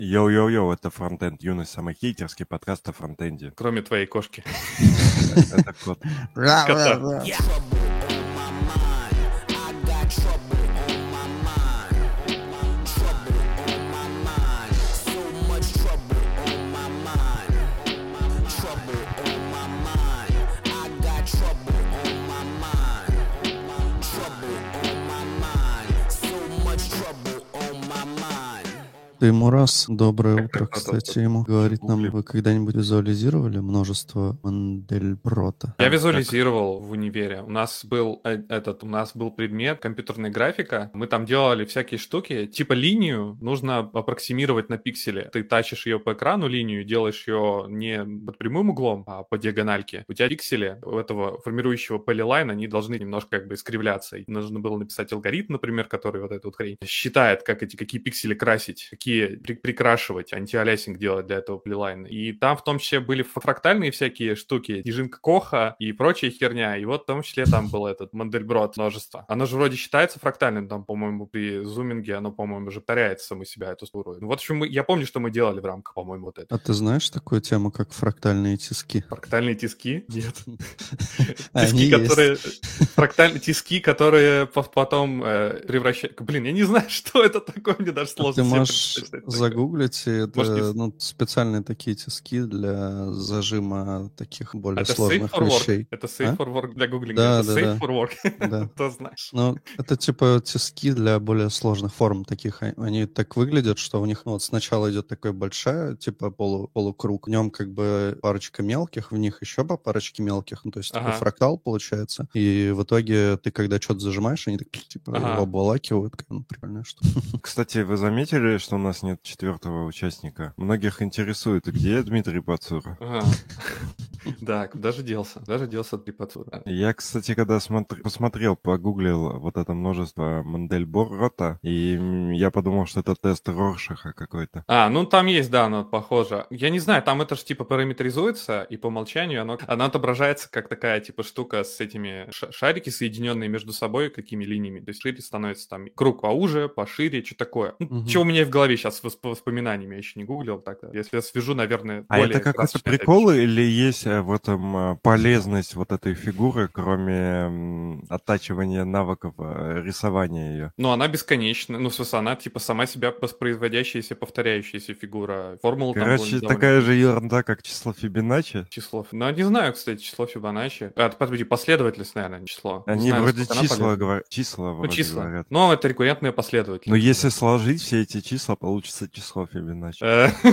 Йоу-йоу-йоу, это Фронтенд Юность, самый хейтерский подкаст о фронтенде. Кроме твоей кошки. Это кот. Кота. Ты ему раз, доброе утро, как кстати, ему говорит нам, вы когда-нибудь визуализировали множество Мандельброта? Я визуализировал в универе. У нас был предмет компьютерная графика. Мы там делали всякие штуки. Типа линию нужно аппроксимировать на пикселе. Ты тачишь ее по экрану, линию, делаешь ее не под прямым углом, а по диагональке. У тебя пиксели у этого формирующего полилайн, они должны немножко как бы искривляться. И нужно было написать алгоритм, например, который вот эту вот хрень считает, какие пиксели красить, какие прикрашивать, антиалиасинг делать для этого полилайна. И там в том числе были фрактальные всякие штуки, снежинка Коха и прочая херня. И вот в том числе там был этот Мандельброт множество. Оно же вроде считается фрактальным, там, по-моему, при зуминге оно, по-моему, же повторяется само себя, эту структуру. Вот, в общем, я помню, что мы делали в рамках, по-моему, вот этого. А ты знаешь такую тему, как фрактальные тиски? Фрактальные тиски? Нет. Они Фрактальные тиски, которые потом превращают... Блин, я не знаю, что это такое, мне даже сложно себе представить. Ты можешь загуглить, это специальные такие тиски для зажима таких более сложных вещей. Это safe for work для гуглинга. Да, это safe for work. Да. Ты знаешь. Ну, это типа тиски для более сложных форм таких. Они так выглядят, что у них сначала идет такой большая, типа полукруг. В нем как бы парочка мелких, в них еще по парочке мелких. То есть такой фрактал получается. И в итоге ты, когда что-то зажимаешь, они так типа его обволакивают. Прикольная штука. Кстати, вы заметили, что у нас нет четвертого участника? Многих интересует, где Дмитрий Пацура? Да, куда же делся? Куда же делся Дмитрий Пацура? Я, кстати, когда посмотрел, погуглил вот это множество Мандельброта, и я подумал, что это тест Роршаха какой-то. Ну там есть, да, оно похоже. Я не знаю, там это же типа параметризуется, и по умолчанию оно отображается как такая типа штука с этими шарики, соединенные между собой какими линиями. То есть шире становится там круг поуже, пошире, что такое. Что у меня в голове сейчас с воспоминаниями, я еще не гуглил. Так, если я свяжу, наверное, более это какой-то прикол или есть в этом полезность вот этой фигуры, кроме оттачивания навыков рисования ее? Ну, она бесконечна. Ну, в смысле, она типа сама себя воспроизводящаяся, повторяющаяся фигура. Формула там короче, такая же ерунда, как число Фибоначчи. Ну, не знаю, кстати, число Фибоначчи. Подожди, последовательность, наверное, число. Они знаю, вроде числа говорят. Числа говорят. Но это рекуррентная последовательность. Но если сложить все эти числа, получится число Фибоначчи.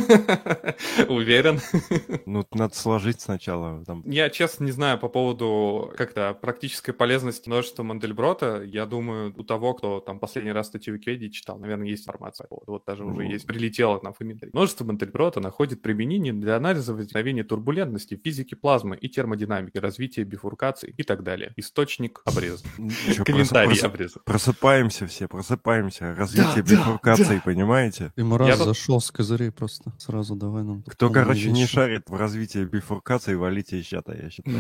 Уверен? Ну, надо сложить сначала. Я, честно, не знаю по поводу как-то практической полезности множества Мандельброта. Я думаю, у того, кто там последний раз статью в Википедии читал, наверное, есть информация. Вот даже уже есть, прилетело нам в комментарии. Множество Мандельброта находит применение для анализа возникновения турбулентности, физики плазмы и термодинамики, развития бифуркаций и так далее. Источник обреза. Комментарий обреза. Просыпаемся все. Развитие бифуркаций, понимаете? Ему раз зашел с козырей просто. Сразу давай нам. Кто, короче, не шарит в развитии бифуркаций, валите из чата, я считаю.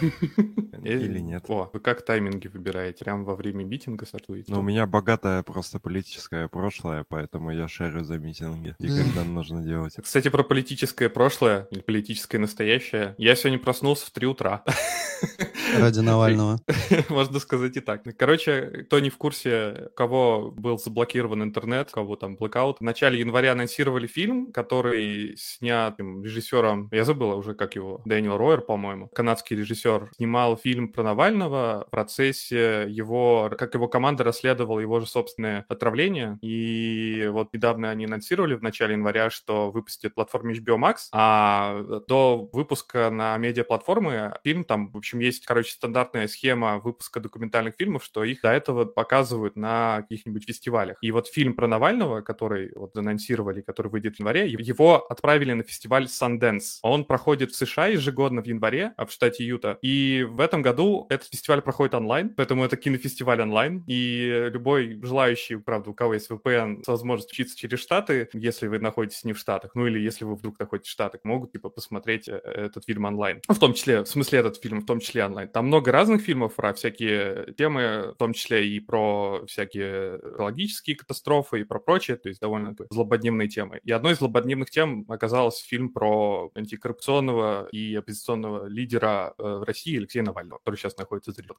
Или нет? О, вы как тайминги выбираете? Прям во время митинга стартуете? Ну, у меня богатое просто политическое прошлое, поэтому я шарю за митинги. И когда нужно делать. Кстати, про политическое прошлое или политическое настоящее. Я сегодня проснулся в 3 утра. Ради Навального. Можно сказать и так. Короче, кто не в курсе, у кого был заблокирован интернет, у кого там блэкаут. В начале января анонсировали фильм, который снят режиссером, я забыла уже, как его, Дэниел Ройер, по-моему, канадский режиссер, снимал фильм про Навального в процессе его, как его команда расследовала его же собственное отравление. И вот недавно они анонсировали в начале января, что выпустят платформе HBO Max, а до выпуска на медиаплатформы фильм там, в общем, есть, стандартная схема выпуска документальных фильмов, что их до этого показывают на каких-нибудь фестивалях. И вот фильм про Навального, который вот анонсировали, который выйдет в январе, его отправили на фестиваль Sundance. Он проходит в США ежегодно в январе, в штате Юта. И в этом году этот фестиваль проходит онлайн, поэтому это кинофестиваль онлайн. И любой желающий, правда, у кого есть VPN, с возможностью учиться через Штаты, если вы находитесь не в Штатах, ну или если вы вдруг находитесь в Штатах, могут посмотреть этот фильм онлайн. В том числе том числе онлайн. Там много разных фильмов про всякие темы, в том числе и про всякие экологические катастрофы и про прочее, то есть довольно злободневные темы. И одной из злободневных тем оказался фильм про антикоррупционного и оппозиционного лидера в России Алексея Навального, который сейчас находится в зрителе.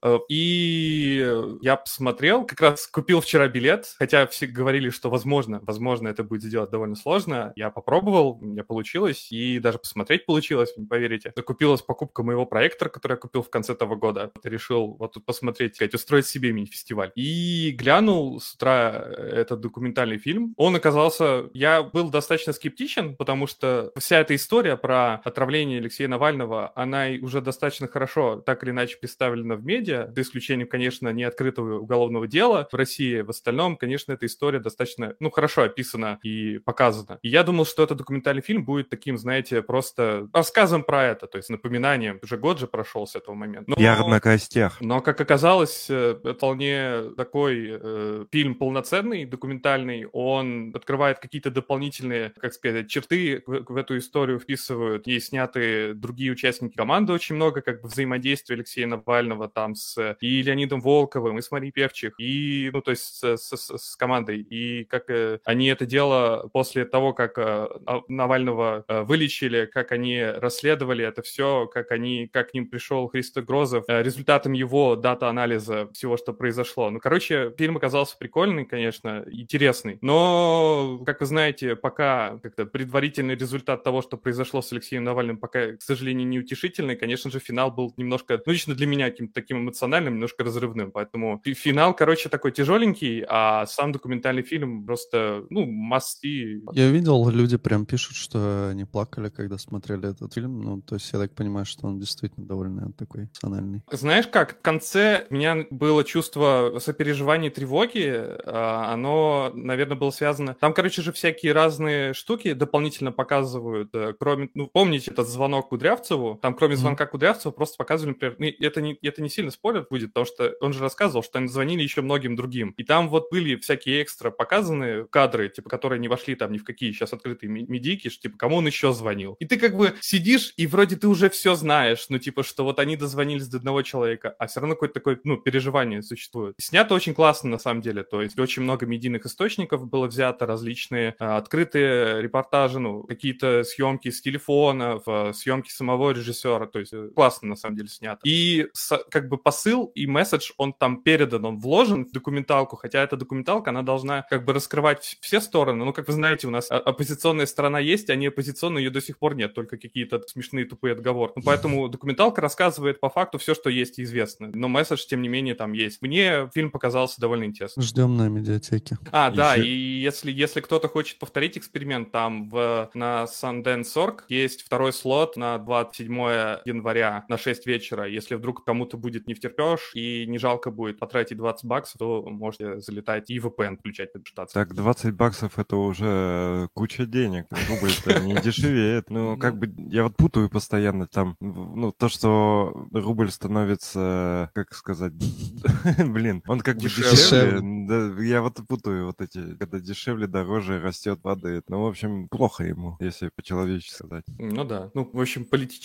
И я посмотрел, как раз купил вчера билет, хотя все говорили, что возможно это будет сделать довольно сложно. Я попробовал, у меня получилось, и даже посмотреть получилось, не поверите. Закупилась покупка моего проектора, который я купил в конце того года. Решил вот тут посмотреть, сказать, устроить себе мини-фестиваль. И глянул с утра этот документальный фильм. Он оказался... Я был достаточно скептичен, потому что вся эта история про отравление Алексея Навального, она уже достаточно хорошо так или иначе представлена в медиа, за исключением, конечно, неоткрытого уголовного дела в России. В остальном, конечно, эта история достаточно, хорошо описана и показана. И я думал, что этот документальный фильм будет таким, знаете, просто рассказом про это, то есть напоминанием. Уже год же прошел с этого момента. Яр на костях. Но, как оказалось, вполне такой фильм полноценный, документальный. Он открывает какие-то дополнительные, как сказать, черты в эту историю вписывают. Есть сняты другие участники команды очень много, как бы взаимодействия Алексея Навального там с и Леонидом Волковым, и с Марией Певчих, и, то есть с командой. И как они это дело после того, как Навального вылечили, как они расследовали это все, как к ним пришел Христо Грозов, результатом его дата-анализа всего, что произошло. Короче, фильм оказался прикольный, конечно, интересный. Но, как вы знаете, пока как-то предварительный результат того, что произошло с Алексеем Навальным, пока, к сожалению, неутешительный. Конечно же, финал был немножко, лично для меня, каким-то таким эмоциональным, немножко разрывным. Поэтому финал, короче, такой тяжеленький, а сам документальный фильм просто, must-see. Я видел, люди прям пишут, что они плакали, когда смотрели этот фильм. То есть я так понимаю, что он действительно довольно такой эмоциональный. Знаешь как, в конце у меня было чувство сопереживания и тревоги. Оно, наверное, было связано... Там, короче же, всякие разные штуки дополнительно показывают. Кроме, помните этот звонок Кудрявцеву? Там, кроме звонка Кудрявцеву, просто показывали, например... Это не сильно спойлер будет, потому что он же рассказывал, что они звонили еще многим другим. И там вот были всякие экстра показаны кадры, типа, которые не вошли там ни в какие сейчас открытые медийки, что, типа, кому он еще звонил. И ты как бы сидишь, и вроде ты уже все знаешь, типа, что вот они дозвонились до одного человека, а все равно какое-то такое, переживание существует. Снято очень классно, на самом деле, то есть очень много медийных источников было взято, различные открытые репортажи, какие-то съемки с телефонов, съемки самого режиссера, то есть классно, на самом деле, снято. И как бы посыл и месседж, он там передан, он вложен в документалку, хотя эта документалка, она должна как бы раскрывать все стороны, как вы знаете, у нас оппозиционная сторона есть, а не оппозиционная ее до сих пор нет, только какие-то смешные тупые отговорки. Поэтому документалка рассказывает по факту все, что есть и известно, но месседж, тем не менее, там есть. Мне фильм показался довольно интересным. Ждем на медиатеке. Да, и если кто-то хочет повторить эксперимент, там на Sundance.org есть второй слот на 27 января на 6 вечера. Если вдруг кому-то будет не втерпешь и не жалко будет потратить $20, то можете залетать и VPN включать, подписаться. Так, $20 это уже куча денег. Рубль-то не дешевеет. Как бы я вот путаю постоянно там, то, что рубль становится, как сказать, блин, он как бы дешевле. Да, я вот путаю вот эти, когда дешевле, дороже, растет, падает. В общем, плохо ему, если по-человечески сказать. Да. В общем,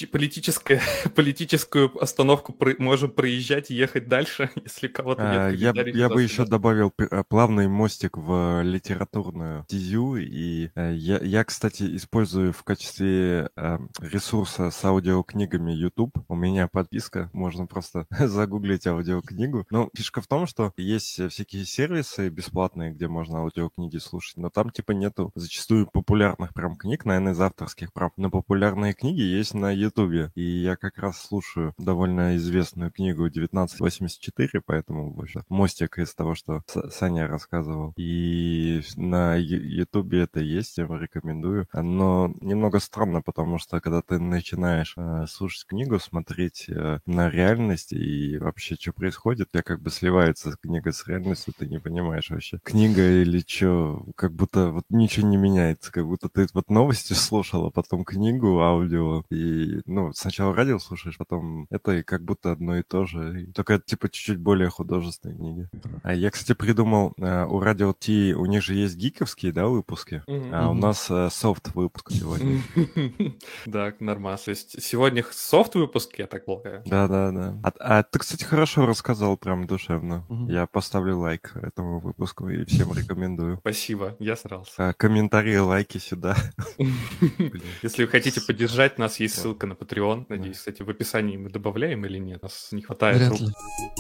политическую остановку можем проезжать и ехать дальше, если кого-то нет комментариев. Я бы еще добавил плавный мостик в литературную стезю. И я, кстати, использую в качестве ресурса с аудиокнигами YouTube. У меня подписка, можно просто загуглить аудиокнигу. Но фишка в том, что есть всякие сервисы бесплатные, где можно аудиокниги слушать, но там типа нету зачастую популярных прям книг, наверное, из авторских прав. Но популярные книги есть на YouTube. И я как раз слушаю довольно известную книгу 1984, поэтому больше мостик из того, что Саня рассказывал. И на YouTube это есть, я вам рекомендую. Но немного странно, потому что когда ты начинаешь слушать книгу, смотреть на реальность и вообще, что происходит, я как бы сливается книга с реальностью, ты не понимаешь вообще, книга или что, как будто вот ничего не меняется, как будто ты вот новости слушал, а потом книгу, аудио, и, сначала радио слушаешь, потом это и как будто одно и то же, и только типа чуть-чуть более художественные книги. А я, кстати, придумал, у Радио Ти, у них же есть гиковские, да, выпуски, а у нас софт-выпуск сегодня. Да, нормально. То есть сегодня софт-выпуск, я так плохая. Да. А ты, кстати, хорошо рассказал, прям душевно. Мгм. Я поставлю лайк этому выпуску и всем рекомендую. Спасибо, я старался. Комментарии, лайки сюда. Блин. Если вы хотите Супер. поддержать нас, есть Да. ссылка на Patreon. Да. Надеюсь, кстати, в описании мы добавляем или нет. Нас не хватает Вряд рук. ли.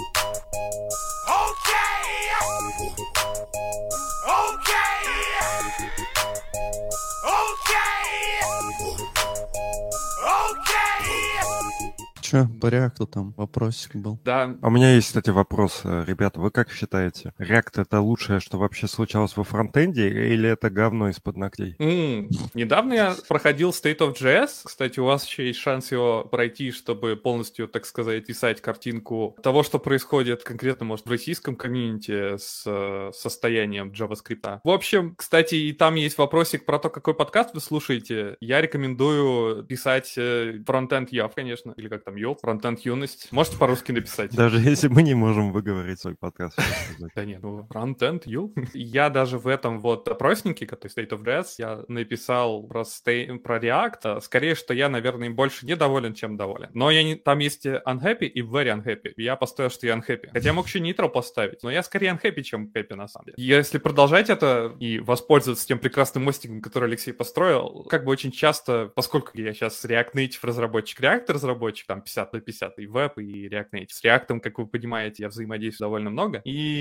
Че, по реакту там вопросик был? Да, А у меня есть, кстати, вопрос. Ребята, вы как считаете, React — это лучшее, что вообще случалось во фронтенде, или это говно из-под ногтей? Недавно я проходил State of JS. Кстати, у вас еще есть шанс его пройти, чтобы полностью, так сказать, писать картинку того, что происходит конкретно, может, в российском комьюнити с состоянием JavaScript. В общем, кстати, и там есть вопросик про то, какой подкаст вы слушаете. Я рекомендую писать фронтенд Яв, конечно, или как там, фронтенд юность. Можете по-русски написать? Даже если мы не можем выговорить свой подкаст. Да нет, фронтенд ю. Я даже в этом вот опроснике, который State of JS, я написал про React. Скорее, что я, наверное, им больше недоволен, чем доволен. Но там есть unhappy и very unhappy. Я поставил, что я unhappy. Хотя я мог еще neutral поставить, но я скорее unhappy, чем happy на самом деле. Если продолжать это и воспользоваться тем прекрасным мостиком, который Алексей построил, как бы очень часто, поскольку я сейчас React Native разработчик, React разработчик, там 50 на 50 и веб, и React Native. С React, как вы понимаете, я взаимодействую довольно много.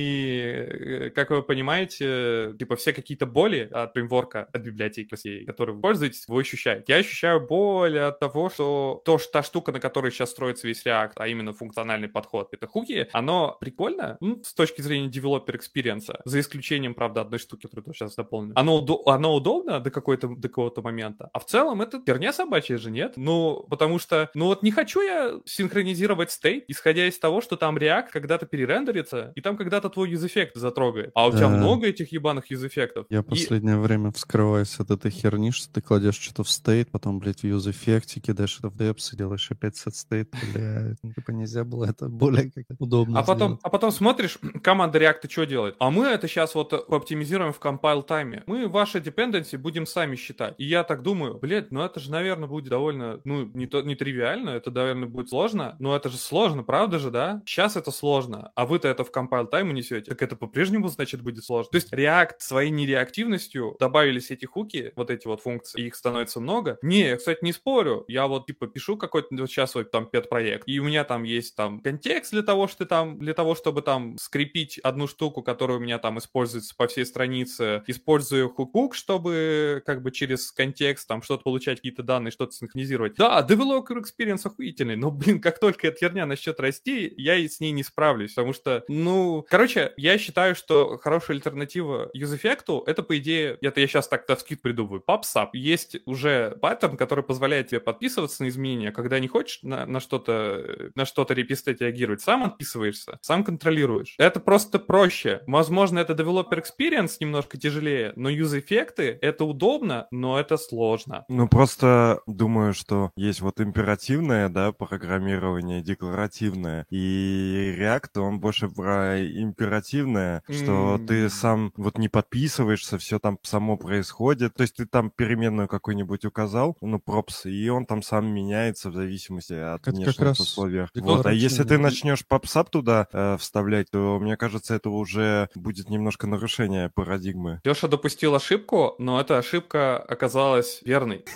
И, как вы понимаете, типа все какие-то боли от фреймворка, от библиотеки, которые вы пользуетесь, вы ощущаете. Я ощущаю боль от того, что та штука, на которой сейчас строится весь React, а именно функциональный подход, это хуки, оно прикольно с точки зрения developer experience, за исключением, правда, одной штуки, которую тут сейчас дополнено. Оно удобно до какого-то момента, а в целом это херня собачья же, нет? Ну, потому что, вот не хочу я синхронизировать стейт, исходя из того, что там React когда-то перерендерится, и там когда-то твой юз-эффект затрогает. А у тебя много этих ебаных юз-эффектов. Я последнее время вскрываюсь от этой херни, что ты кладешь что-то в стейт, потом, блядь, в юз-эффекте кидаешь это в депс и делаешь опять set state, блядь. Типа нельзя было это более как-то удобно сделать. А потом смотришь, команда React что делает? А мы это сейчас вот оптимизируем в compile тайме. Мы ваши dependency будем сами считать. И я так думаю, блядь, это же, наверное, будет довольно, не тривиально, это, наверное, будет сложно, но это же сложно, правда же, да? Сейчас это сложно, а вы-то это в compile time несете, так это по-прежнему, значит, будет сложно. То есть React своей нереактивностью добавились эти хуки, вот эти вот функции, и их становится много. Не, я, кстати, не спорю, я вот, типа, пишу какой-то вот сейчас вот там пет-проект, и у меня там есть там контекст для того, чтобы там скрепить одну штуку, которая у меня там используется по всей странице, использую хук, чтобы как бы через контекст там что-то получать, какие-то данные, что-то синхронизировать. Да, developer experience охуительный, но, блин, как только эта херня начнет расти, я и с ней не справлюсь, потому что, короче, я считаю, что хорошая альтернатива юз-эффекту, это, по идее, я сейчас так вскид придумываю, PubSub. Есть уже паттерн, который позволяет тебе подписываться на изменения, когда не хочешь на что-то репистать реагировать, сам отписываешься, сам контролируешь. Это просто проще. Возможно, это developer experience немножко тяжелее, но юз-эффекты, это удобно, но это сложно. Просто думаю, что есть вот императивное, да, программирование, декларативное, и React, он больше про императивное, что ты сам вот не подписываешься, все там само происходит, то есть ты там переменную какую-нибудь указал, props, и он там сам меняется в зависимости от внешних условий. Вот. А если ты начнешь PubSub туда вставлять, то, мне кажется, это уже будет немножко нарушение парадигмы. Леша допустил ошибку, но эта ошибка оказалась верной.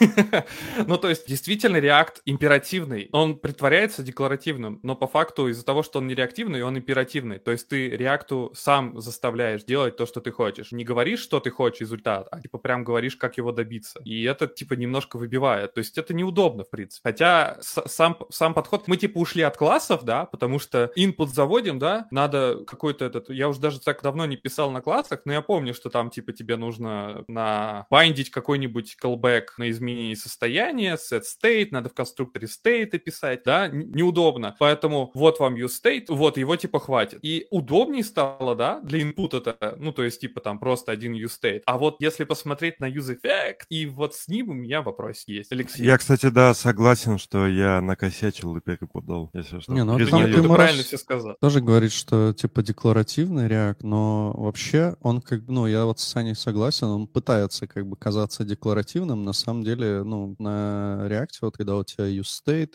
То есть, действительно, React императивный. Он притворяется декларативным, но по факту из-за того, что он не реактивный, он императивный. То есть ты React сам заставляешь делать то, что ты хочешь. Не говоришь, что ты хочешь результат, а типа прям говоришь, как его добиться. И это типа немножко выбивает. То есть это неудобно, в принципе. Хотя сам подход... Мы типа ушли от классов, да, потому что input заводим, да, надо какой-то Я уже даже так давно не писал на классах, но я помню, что там типа тебе нужно бандить какой-нибудь callback на изменение состояния, set state, надо в конструкторе state писать, да, неудобно. Поэтому вот вам use state, вот его типа хватит. И удобнее стало, да, для input это, то есть типа там просто один use state. А вот если посмотреть на use effect, и вот с ним у меня вопрос есть. Алексей. Я, кстати, да, согласен, что я накосячил и перепутал, если что. Ты правильно все сказал. Тоже говорит, что типа декларативный React, но вообще он я вот с Саней согласен, он пытается как бы казаться декларативным, на самом деле, на React, вот когда у тебя use state, use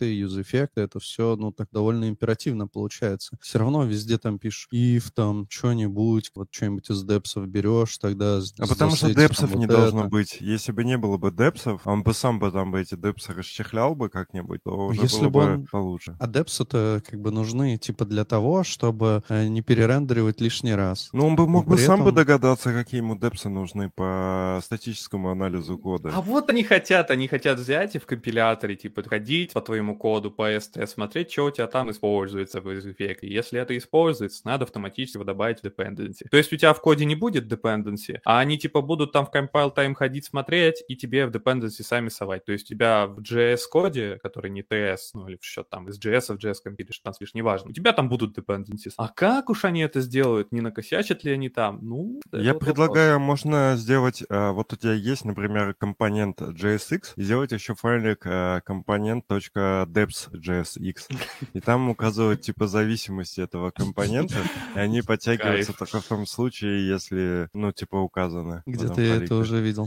эффекты, это все, ну, так довольно императивно получается. Все равно везде там пишешь if, там, что-нибудь, вот что-нибудь из депсов берешь, тогда А потому что засетишь там депсов вот не должно это. быть. Если бы не было бы депсов, он бы сам бы там бы эти депсы расчехлял бы как-нибудь, то уже Если было бы бы он... получше. А депсы-то как бы нужны типа для того, чтобы не перерендеривать лишний раз. Ну, он бы Но мог бы при сам бы этом... догадаться, какие ему депсы нужны по статическому анализу кода. А вот они хотят взять и в компиляторе, типа, ходить по твоему коду, по ST, смотреть, что у тебя там используется в эффекте. Если это используется, надо автоматически его добавить в dependency. То есть у тебя в коде не будет dependency, а они, типа, будут там в compile time ходить смотреть и тебе в dependency сами совать. То есть у тебя в JS-коде, который не TS, ну или что там, из JS в JS компилишь, транслишь, неважно, у тебя там будут dependencies. А как уж они это сделают? Не накосячат ли они там? Ну, это Я вот предлагаю, можно сделать, вот у тебя есть, например, компонент JSX, и сделать еще файлик компонент.deps.jsx, и там указывать типа зависимости этого компонента, и они подтягиваются Кайф. только в том случае, если, ну, типа указаны. в Где этом ты это файлике. уже видел?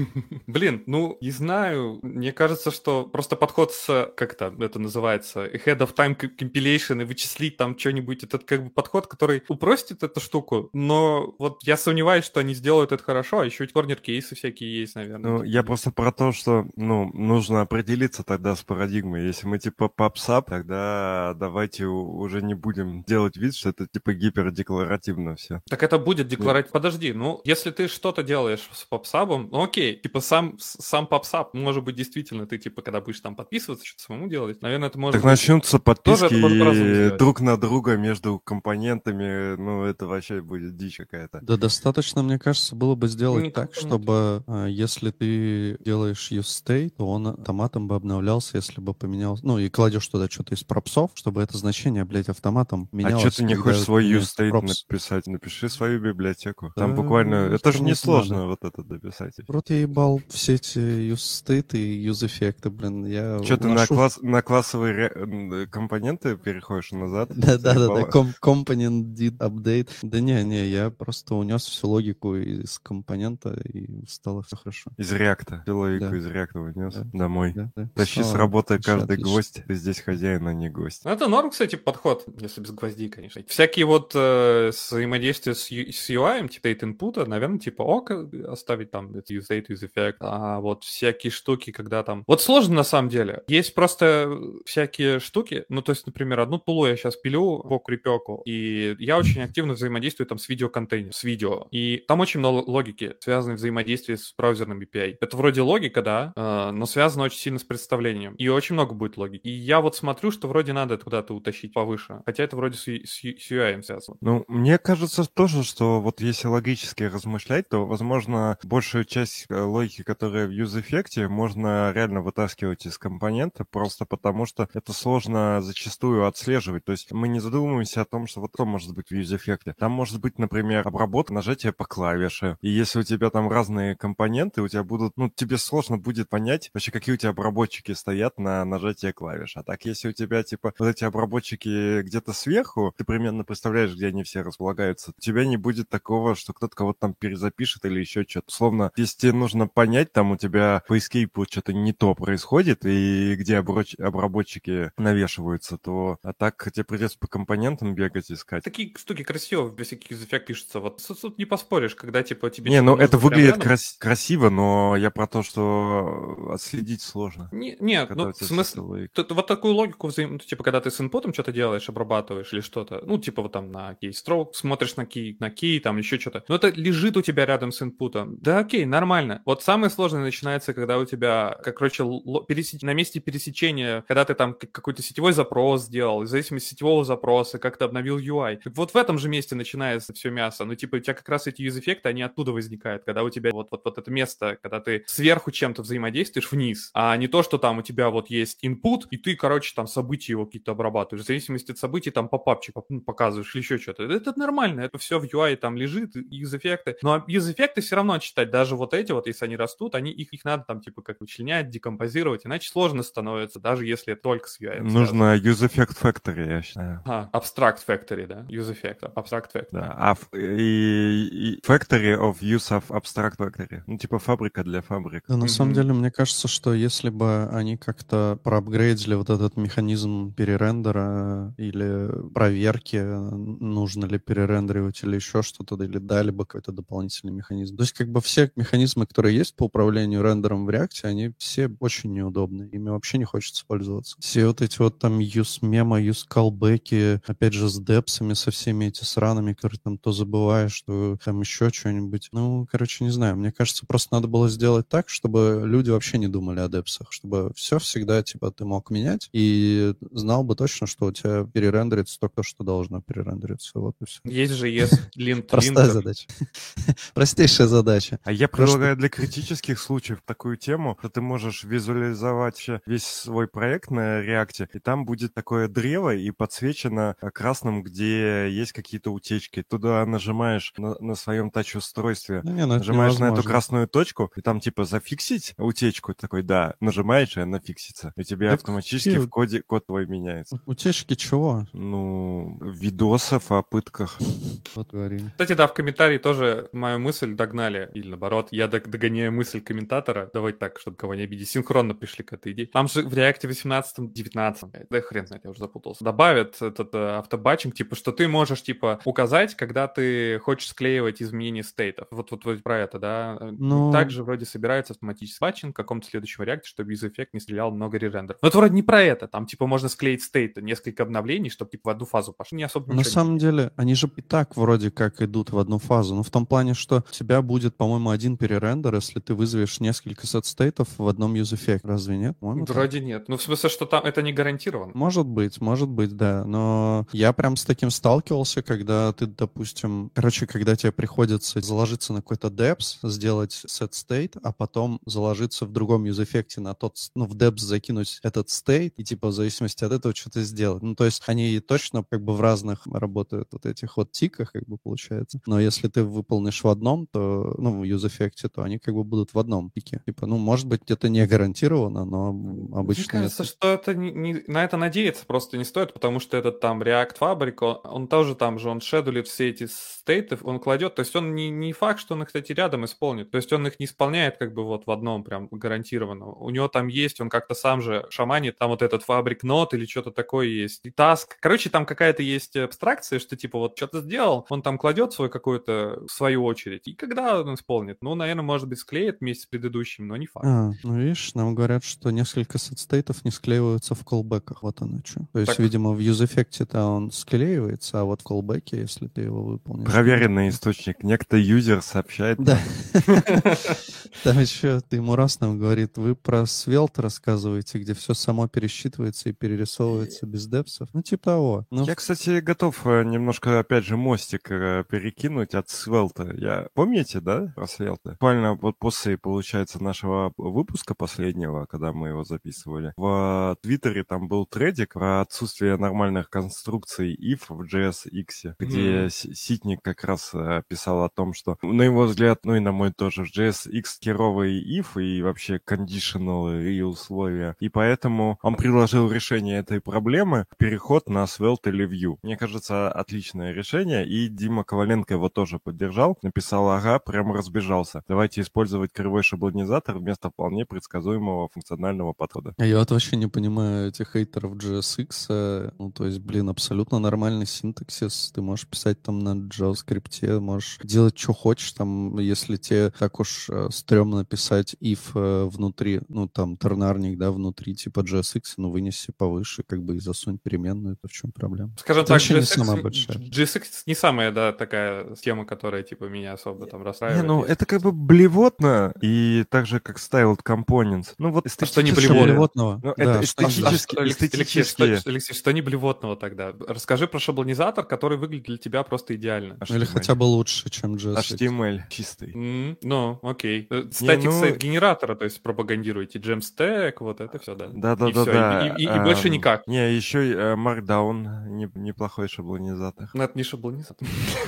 Блин, ну, не знаю, мне кажется, что просто подход с, как это называется, ahead of time compilation и вычислить там что-нибудь, это как бы подход, который упростит эту штуку, но вот я сомневаюсь, что они сделают это хорошо, а еще ведь корнер-кейсы всякие есть, наверное. Ну, я просто про то, что, ну, нужно определиться тогда с парадигмой. Если мы типа PubSub, тогда давайте уже не будем делать вид, что это типа гипердекларативно все. Так это будет декларировать. Подожди, ну, если ты что-то делаешь с попсабом, ну окей, типа сам попсаб, может быть, действительно, ты типа, когда будешь там подписываться, что-то самому делать, наверное, это может Так быть... начнутся Тоже это можно по-разному подписки сделать. друг на друга между компонентами, ну, это вообще будет дичь какая-то. Да достаточно, мне кажется, было бы сделать Не так, компонент. чтобы если ты делаешь useState, то он автоматом бы обновлялся, если бы поменялся. Ну, и кладешь туда что-то из пропсов, чтобы это значение, блядь, автоматом А менялось. что ты не когда хочешь свой меняется useState пропс. написать? Напиши свою библиотеку. Там Да, буквально... Это же кому это несложно надо? вот это дописать. Вот я ебал все эти useState и use-эффекты, блин. Я Что ты уношу... на классовые компоненты переходишь назад? Да-да-да, Заебало. component did update. Да не, я просто унес всю логику из компонента, и стало все хорошо. Из реакта. Всю логику Да. из реакта унес Да. домой. Да. Тащи с Стало работы вообще каждый отлично. гвоздь. Ты здесь хозяин, а не гость. Ну, это норм, кстати, подход, если без гвоздей, конечно. Всякие вот взаимодействия с UI, типа state input, наверное, типа ок, оставить там use state, use effect, а вот всякие штуки, когда там... Вот сложно на самом деле. Есть просто всякие штуки, ну, то есть, например, одну тулу я сейчас пилю по крипеку, и я очень активно взаимодействую там с видеоконтейнером, с видео. И там очень много логики, связанной взаимодействие с браузерным API. Это вроде логика, да, но связано очень сильно с представлением. И очень много будет логики. И я вот смотрю, что вроде надо это куда-то утащить повыше. Хотя это вроде с UI связано. Ну, мне кажется тоже, что вот если логически размышлять, то, возможно, большую часть логики, которая в use-эффекте, можно реально вытаскивать из компонента, просто потому что это сложно зачастую отслеживать. То есть мы не задумываемся о том, что вот что может быть в use-эффекте. Там может быть, например, обработка нажатия по клавише. И если у тебя там разные компоненты, у тебя будут, ну, тебе сложно будет понять вообще, какие у тебя обработчики стоят на нажатие клавиш. А так, если у тебя, типа, вот эти обработчики где-то сверху, ты примерно представляешь, где они все располагаются, у тебя не будет такого, что кто-то кого-то там перезапишет или еще что-то. Словно, если тебе нужно понять, там у тебя по эскейпу что-то не то происходит, и где обработчики навешиваются, то а так тебе придется по компонентам бегать искать. Такие штуки красиво, без всяких эффектов пишутся. Вот тут не поспоришь, когда, типа, тебе Не, ну что-то это нужно прям выглядит рядом. красиво, но я про то, что отследить сложно. Нет, Когда ну, у в тебя смысле, сотовый. вот такую логику, ну, типа, когда ты с инпутом что-то делаешь, обрабатываешь или что-то, ну, типа, вот там на keystroke, смотришь на key, там еще что-то, но это лежит у тебя рядом с инпутом. Да окей, нормально. Вот самое сложное начинается, когда у тебя, как, короче, на месте пересечения, когда ты там какой-то сетевой запрос сделал, в зависимости от сетевого запроса, как-то обновил UI. Так вот в этом же месте начинается все мясо. Ну, типа, у тебя как раз эти use-эффекты, они оттуда возникают, когда у тебя вот это место, когда ты сверху чем-то взаимодействуешь вниз, а не то, что там у тебя вот есть input, и ты, короче, там события его какие-то обрабатываешь. В зависимости от событий там попапчик показываешь или еще что-то. Это нормально, это все в UI там лежит, use-эффекты. Но use-эффекты все равно отчитать. Даже вот эти вот, если они растут, их надо там типа как вычленять, декомпозировать, иначе сложно становится, даже если это только с UI. Нужно use effect factory, я считаю. Abstract factory, да? Use effect, abstract factory. Да, и factory of use of abstract factory. Ну, типа фабрика для фабрик. Да, на самом деле, мне кажется, что если бы они как-то проапгрейдили ли вот этот механизм перерендера или проверки, нужно ли перерендеривать или еще что-то, или дали бы какой-то дополнительный механизм. То есть как бы все механизмы, которые есть по управлению рендером в React, они все очень неудобны. Ими вообще не хочется пользоваться. Все вот эти вот там use мема, use callback'и, опять же с депсами, со всеми эти сранами, которые там то забываешь, то там еще что-нибудь. Ну, короче, не знаю. Мне кажется, просто надо было сделать так, чтобы люди вообще не думали о депсах, чтобы все всегда, типа, ты мог менять и знал бы точно, что у тебя перерендерится только то, что должно перерендериться. Вот и все. Есть же ES Простая линтер. задача. Простейшая задача. А я предлагаю для критических случаев такую тему, что ты можешь визуализовать вообще весь свой проект на React, и там будет такое древо и подсвечено красным, где есть какие-то утечки. Туда нажимаешь на своем тач-устройстве, Ну, не, ну это нажимаешь на эту невозможно. красную точку, и там типа зафиксить утечку, ты такой, да, нажимаешь, и она фиксится. И тебе Так автоматически какие в коде код твой меняется. утечки чего? Ну, видосов о пытках. Вот говорили. Кстати, да, в комментарии тоже мою мысль догнали. Или наоборот, я догоняю мысль комментатора. Давайте так, чтобы кого не обидеть. Синхронно пришли к этой идее. Там же в React 18-19, да хрен знает, я уже запутался, добавят этот автобатчинг, типа, что ты можешь, типа, указать, когда ты хочешь склеивать изменения стейтов. Вот про это, да. Ну, Также вроде собирается автоматический батчинг в каком-то следующем React, чтобы UseEffect не стрелял много ререндеров. Но это вроде не про это. Там, типа, можно склеить стейты, несколько обновлений, чтобы, типа, в одну фазу пошло. Не особо на ничего не самом меняется. деле, они же и так вроде как идут в одну фазу. Ну, в том плане, что у тебя будет, по-моему, один перерендер, если ты вызовешь несколько сет-стейтов в одном UseEffect. Разве нет? По-моему, так. Вроде нет. Ну, в смысле, что там это не гарантировано. Может быть, да. Но я прям с таким сталкивался, когда ты, допустим... Короче, когда тебе приходится заложиться на какой-то депс, сделать set state, а потом заложиться в другом юзэффекте на тот... Ну, в депс закинуть этот state и, типа, в зависимости от этого что-то сделать. Ну, то есть они точно как бы в разных работают вот этих вот тиках, как бы, получается. Но если ты выполнишь в одном, то... Ну, в юзэффекте, то они как бы будут в одном тике. Типа, ну, может быть, это не гарантированно, но обычно... Мне кажется, что это на это надеяться просто не стоит, потому что этот там React Fabric, он тоже там же, он шедулит все эти стейты, он кладет, то есть он не факт, что он их, кстати, рядом исполнит, то есть он их не исполняет как бы вот в одном прям гарантированно. У него там есть, он как-то сам же шаманит, там вот этот Fabric Node или что-то такое есть, и task. Короче, там какая-то есть абстракция, что типа вот что-то сделал, он там кладет свой какую-то свою очередь, и когда он исполнит, ну, наверное, может быть, склеит вместе с предыдущим, но не факт. Ну видишь, нам говорят, что несколько сетстейтов не склеиваются в колбеках. Вот оно что. То есть, Так. видимо, в юзэффекте-то он склеивается, а вот в колбеке, если ты его выполнишь... Проверенный источник. Некто юзер сообщает. Да. Там еще Тимурас нам говорит, вы про Svelte рассказываете, где все само пересчитывается и перерисовывается без депсов. Ну, типа того. Ну, Я, кстати, готов немножко, опять же, мостик перекинуть от Svelte. Помните, да, про Svelte? Буквально вот после, получается, нашего выпуска последнего, когда мы его записывали, в Твиттере там был тредик про отсутствие нормальных конструкций if в JSX, где Ситник как раз писал о том, что, на его взгляд, ну и на мой тоже, в JSX херовый if и вообще conditional и условия. И поэтому он предложил решение этой проблемы, переход на Svelte или Vue. Мне кажется, отличное решение, и Дима Коваленко его тоже поддержал, написал, ага, прямо разбежался. Давайте использовать кривой шаблонизатор вместо вполне предсказуемого функционального подхода. Я вот вообще не понимаю этих хейтеров JSX. Ну, то есть, блин, абсолютно нормальный синтаксис. Ты можешь писать там на JavaScript, можешь делать, что хочешь, там, если тебе так уж стрёмно писать if внутри, ну, там, тернарник, да, внутри типа JSX, ну, вынеси повыше, как бы, и засунь переменную, то в чем проблема? Скажем Это так, вообще не самая большая. GSX не самая, да, такая тема, которая, типа, меня особо там Не, расстраивает. ну, это как бы блевотно, и так же, как Styled Components. Ну, вот что не эстетически... блевотно? Ну, Да, это что- эстетически... Алексей, что не блевотного тогда? Расскажи про шаблонизатор, который выглядит для тебя просто идеально. Или хотя бы лучше, чем JSX. HTML чистый. Ну, окей. Статик сайт генератора, то есть пропагандируете, Jamstack, вот это все, да. Да-да-да-да. И больше никак. Не, еще и Markdown, неплохой шаблонизатор. Но это не шаблонизатор.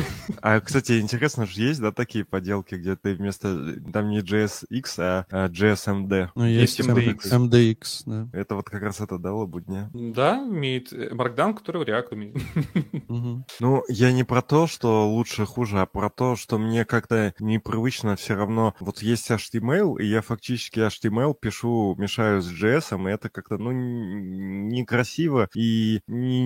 А, кстати, интересно же, есть, да, такие поделки, где ты вместо, там не JSX, а JSMD. Ну, есть Есть MDX. MDX, да. Это вот как раз это дало бы дня. Да, имеет Markdown, который React умеет. Мгм. Ну, я не про то, что лучше, хуже, а про то, что мне как-то непривычно все равно. Вот есть HTML, и я фактически HTML пишу, мешаю с JS, и это как-то, некрасиво и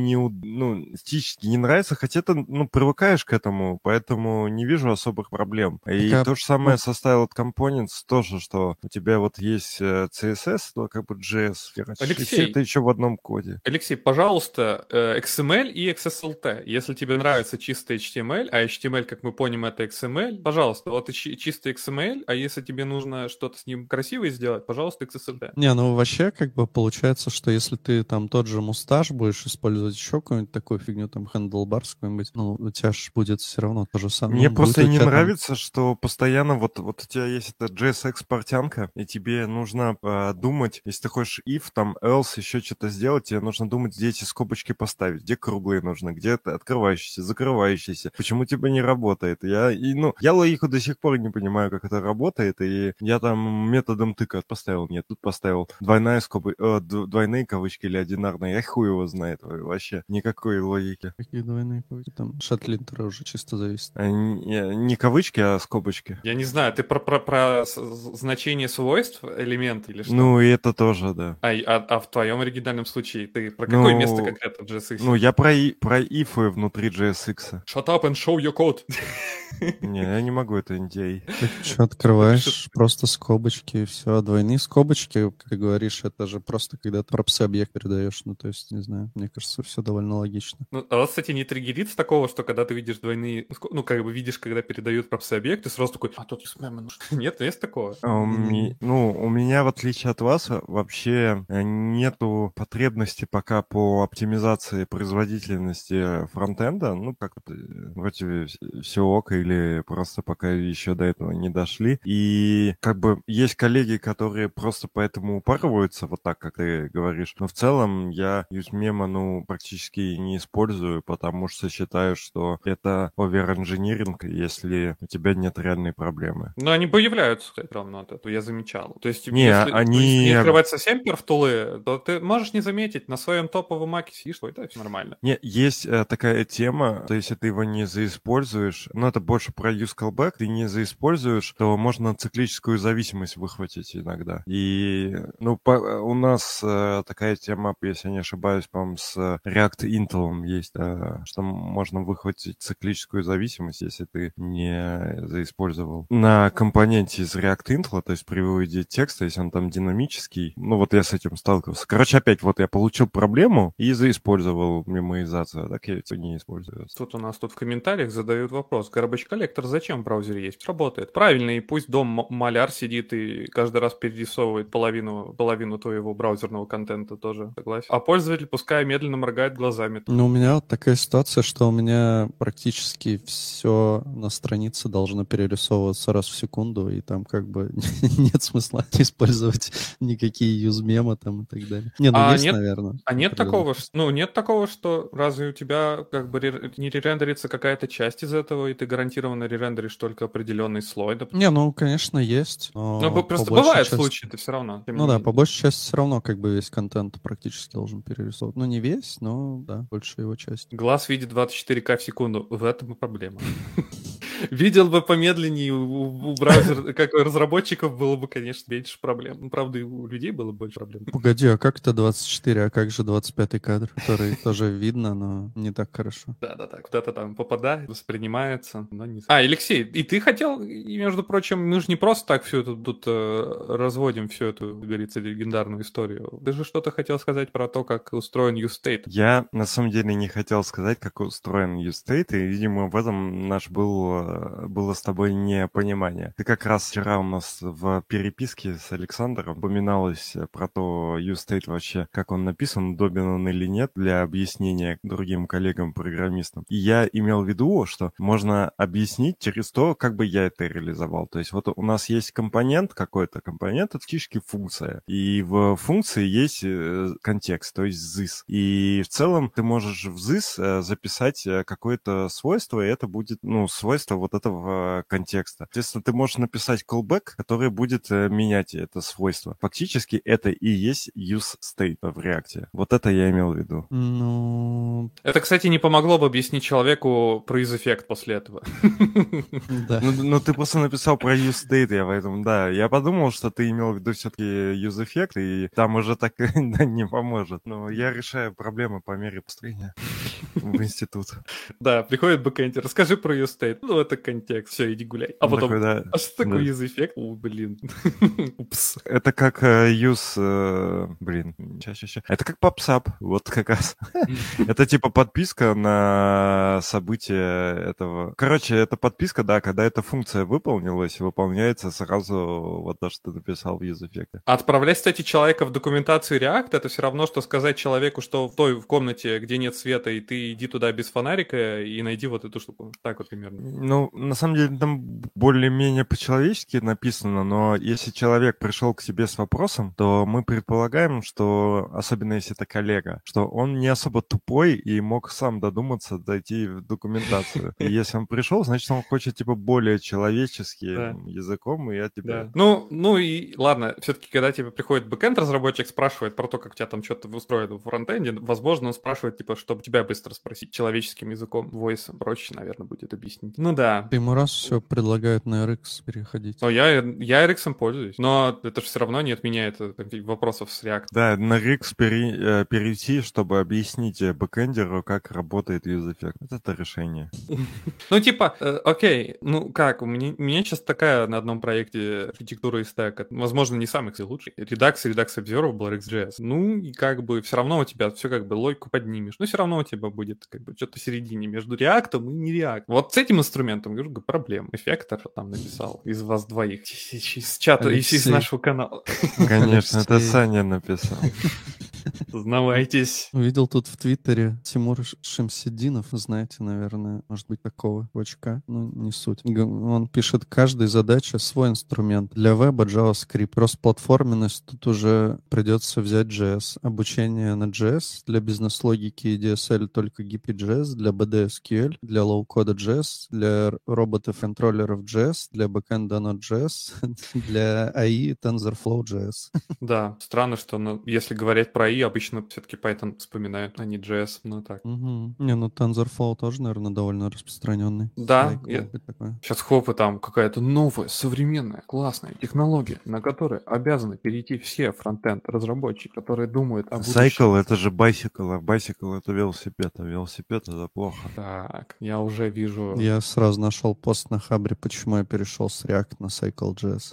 эстетически не нравится, хотя ты, привыкаешь к этому, поэтому не вижу особых проблем. И то же самое со Styled Components тоже, что у тебя вот есть CSS, то как бы JS, Алексей, все это еще в одном коде. Алексей, пожалуйста, XML и XSLT. Если тебе нравится чистый HTML, а HTML, как мы понимаем, это XML, пожалуйста, вот чистый XML, а если тебе нужно что-то с ним красивое сделать, пожалуйста, XSLT. Не, вообще, как бы получается, что если ты там тот же мусташ будешь использовать еще какую-нибудь такую фигню, там, handlebars какой-нибудь, у тебя же будет все равно то же самое. Мне просто не нравится, что постоянно вот у тебя есть эта JSX-портянка, и тебе нужно думать, если ты хочешь if, там, else, еще что-то сделать, тебе нужно думать, где эти скобочки поставить, где круглые нужны, где открывающиеся, закрывающиеся, почему тебе не работает. Я логику до сих пор не понимаю, как это работает, и я там методом тыка поставил, нет, тут поставил двойные кавычки или одинарные, я хуй его знает вообще, никакой логики. Какие двойные кавычки? Там шатлинтеры уже чисто зависит. Не кавычки, а скобочки. Я не знаю, ты про значение свойств элемента или что? И это тоже, да. А в твоем оригинальном случае ты про какое место конкретно в JSX? Я про if внутри JSX. Shut up and show your code. Не, я не могу, это NDA. Ты что, открываешь просто скобочки и все. Двойные скобочки, как ты говоришь, это же просто когда ты пропсы объект передаешь. То есть, не знаю, мне кажется, все довольно логично. А вас, кстати, не триггерит с такого, что когда ты видишь двойные... видишь, когда передают пропсы объект, ты сразу такой, тут XML нужно. Нет, есть такого? У меня, в отличие от вас, вообще нету потребности пока по оптимизации производительности фронтенда. Как-то вроде все ок, или просто пока еще до этого не дошли. И как бы есть коллеги, которые просто поэтому упарываются, вот так, как ты говоришь. Но в целом я UseMemo, практически не использую, потому что считаю, что это оверинжиниринг, если у тебя нет реальной проблемы. Но они появляются, кстати, равно от этого, я замечал. То есть, если они... не открывать совсем перфтулы, то ты можешь не заметить, на своем топовом маке сидишь, это все нормально. Есть такая тема, то есть, если ты его не заиспользуешь, это больше про use callback, ты не заиспользуешь, то можно циклическую зависимость выхватить иногда. И, у нас такая тема, если я не ошибаюсь, по-моему, с React Intel есть, что можно выхватить циклическую зависимость, если ты не заиспользовал. На компоненте из React Intel, то есть при выводе текста, если он там динамический, я с этим сталкивался. Короче, опять я получил проблему и заиспользовал мемоизацию, а так я это не использую. Тут у нас в комментариях задают вопрос. Garbage Collector зачем в браузере есть? Работает. Правильно, и пусть маляр сидит и каждый раз перерисовывает половину твоего браузерного контента тоже, согласен. А пользователь пускай медленно моргает глазами. У меня вот такая ситуация, что у меня практически все на странице должно перерисовываться раз в секунду, и там как бы нет смысла использовать никакие юзмемы там и так далее. Есть, наверное. А нет такого, что разве у тебя как бы не ререндерится какая-то часть из этого, и ты гарантированно ререндеришь только определенный слой? Конечно, есть. Но просто бывают случаи, это все равно. По большей части все равно как бы весь контент практически должен перерисовывать. Не весь, но да, большая его часть. Глаз видит 24К в секунду. В этом и проблема. Видел бы помедленнее у браузера, как у разработчиков, было бы, конечно, меньше проблем. Правда, и у людей было больше проблем. Погоди, а как это 24, а как же 25-й кадр, который тоже видно, но не так хорошо? Да-да-да, куда-то там попадает, воспринимается, но не... Алексей, и ты хотел, и, между прочим, мы же не просто так все это тут разводим, всю эту, как говорится, легендарную историю. Ты же что-то хотел сказать про то, как устроен UseState. Я, на самом деле, не хотел сказать, как устроен UseState, и, видимо, в этом было с тобой непонимание. Ты как раз вчера у нас в переписке с Александром упоминалось про то, UseState вообще, как он написан, удобен он или нет, для объяснения другим коллегам-программистам. И я имел в виду, что можно объяснить через то, как бы я это реализовал. То есть у нас есть компонент какой-то, компонент — это фактически функция. И в функции есть контекст, то есть this. И в целом ты можешь в this записать какое-то свойство, и это будет, свойство вот этого контекста. Соответственно, ты можешь написать callback, который будет менять это свойство. Фактически это и есть use state в React. Вот это я имел в виду. Ну, Это, кстати, не помогло бы объяснить человеку про из-эффект после этого. да. Ну, ты просто написал про use state, я поэтому, да. Я подумал, что ты имел в виду все-таки use effect, и там уже так не поможет. Но я решаю проблемы по мере построения в институт. Да, приходит бэкэндер, расскажи про use-state. Ну, это контекст, все, иди гуляй. А потом, Такой, да. а что такое Да. use-эффект? О, блин. Упс. Это как use... Блин, ща. Это как PubSub, вот как раз. Это типа подписка на события этого. Короче, это подписка, да, когда эта функция выполнилась, выполняется сразу вот то, что ты написал в use-эффекте. Отправлять, кстати, человека в документацию React, это все равно, что сказать человеку, что в комнате, где нет света, и ты иди туда без фонарика и найди вот эту штуку. Так вот примерно. Ну, на самом деле, там более-менее по-человечески написано, но если человек пришел к тебе с вопросом, то мы предполагаем, что, особенно если это коллега, что он не особо тупой и мог сам додуматься дойти в документацию. И если он пришел, значит, он хочет, типа, более человеческим языком, и я тебя... Да. Ну и ладно, все-таки, когда тебе приходит бэкэнд-разработчик, спрашивает про то, как у тебя там что-то устроено в фронтенде, возможно, он спрашивает, типа, чтобы тебя быстро спросить человеческим языком, войсом. Проще, наверное, будет объяснить. Ну да. Ему раз все предлагают на RX переходить. Но я RX пользуюсь, но это же все равно не отменяет вопросов с React. Да, на RX перейти, чтобы объяснить бэкэндеру, как работает use-effect. Это решение. Ну, типа, окей, ну как, у меня сейчас такая на одном проекте архитектура и стек, возможно, не самый лучший. Redux Observable, RxJS. Ну, и как бы все равно у тебя все как бы логику поднимешь, но все равно у тебя будет как бы что-то в середине между React и не React. Вот с этим инструментом, говорю, проблем. Эффектор там написал из вас двоих, из чата, из нашего канала. Конечно, это Саня написал. Знавайтесь. Увидел тут в Твиттере Тимур Шамсиддинов, знаете, наверное, может быть, такого чувака, ну, не суть. Он пишет, каждой задаче свой инструмент. Для веба JavaScript. Кросс-платформенность тут уже придется взять JS. Обучение на JS. Для бизнес-логики и DSL только GPJS. Для BDSQL. Для лоу-кода JS. Для роботов-контроллеров JS. Для бэкэнда Node.js. Для AI TensorFlow JS. Да, странно, что если говорить про AI, обычно все-таки Python вспоминают, а не JS, ну так. Угу. Не, ну TensorFlow тоже, наверное, довольно распространенный. Да, такой. Сейчас хопы там какая-то новая, современная, классная технология, на которой обязаны перейти все фронтенд-разработчики, которые думают о будущем. Cycle — это же bicycle, а bicycle — это велосипед, а велосипед — это плохо. Так, я уже вижу... Я сразу нашел пост на Хабре, почему я перешел с React на Cycle.js.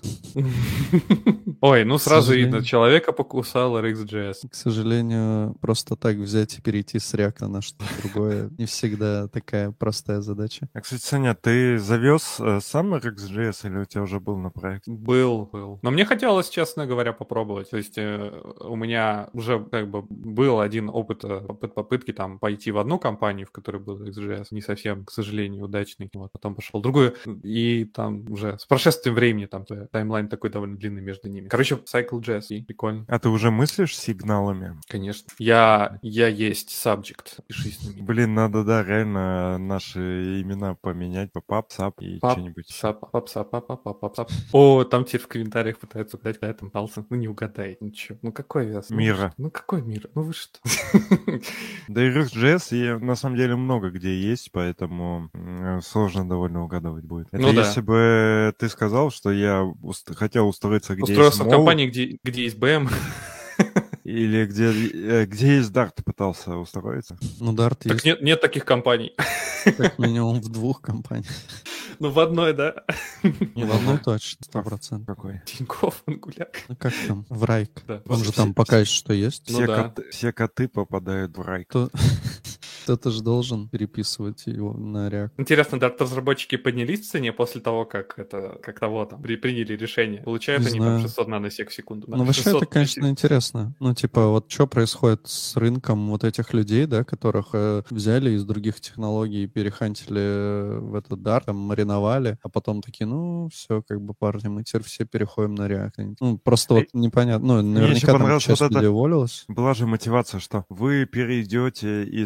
Ой, ну сразу видно, человека покусал RxJS. К сожалению, просто так взять и перейти с React на что-то другое не всегда такая простая задача. А, кстати, Саня, ты завез сам RxJS или у тебя уже был на проекте? Был. Но мне хотелось, честно говоря, попробовать. То есть у меня уже как бы был один опыт попытки там пойти в одну компанию, в которой был RxJS, не совсем, к сожалению, удачный. Вот, потом пошел в другую, и там уже с прошествием времени там таймлайн такой довольно длинный между ними. Короче, Cycle.js, и прикольно. А ты уже мыслишь сигналами? Конечно. Я есть subject. Пишись на меня. Блин, надо, да, реально наши имена поменять по PubSub и что-нибудь. Пап. О, там теперь в комментариях пытаются угадать, куда я там пался. Ну, не угадай. Ну, чё? Ну, какой вес? Мира. Ну, какой мир? Ну, вы что? Да и RxJS на самом деле много где есть, поэтому сложно довольно угадывать будет. Это если бы ты сказал, что я хотел устроиться где устроился есть в компании, где есть BM. Или где есть Dart, пытался устроиться. Ну, Dart есть. Так нет таких компаний. Как минимум в 2 компаниях. Ну, в одной, да. Не в одной точно, 100%. Какой? Тинькофф, Ангуляк. Ну, как там? В Райк. Да. Он же там пока еще что есть. Все коты попадают в Райк. Кто-то же должен переписывать его на React. Интересно, разработчики поднялись в цене после того, как того там приняли решение? Получают они там 600 наносек в секунду? Ну, вообще это, конечно, интересно. Ну, типа, вот что происходит с рынком вот этих людей, да, которых взяли из других технологий, перехантили в этот Dart, там, мариновали, а потом такие, ну, все, как бы, парни, мы теперь все переходим на React. Ну, просто вот непонятно. Ну, наверняка там часть людей уволилась. Была же мотивация, что вы перейдете из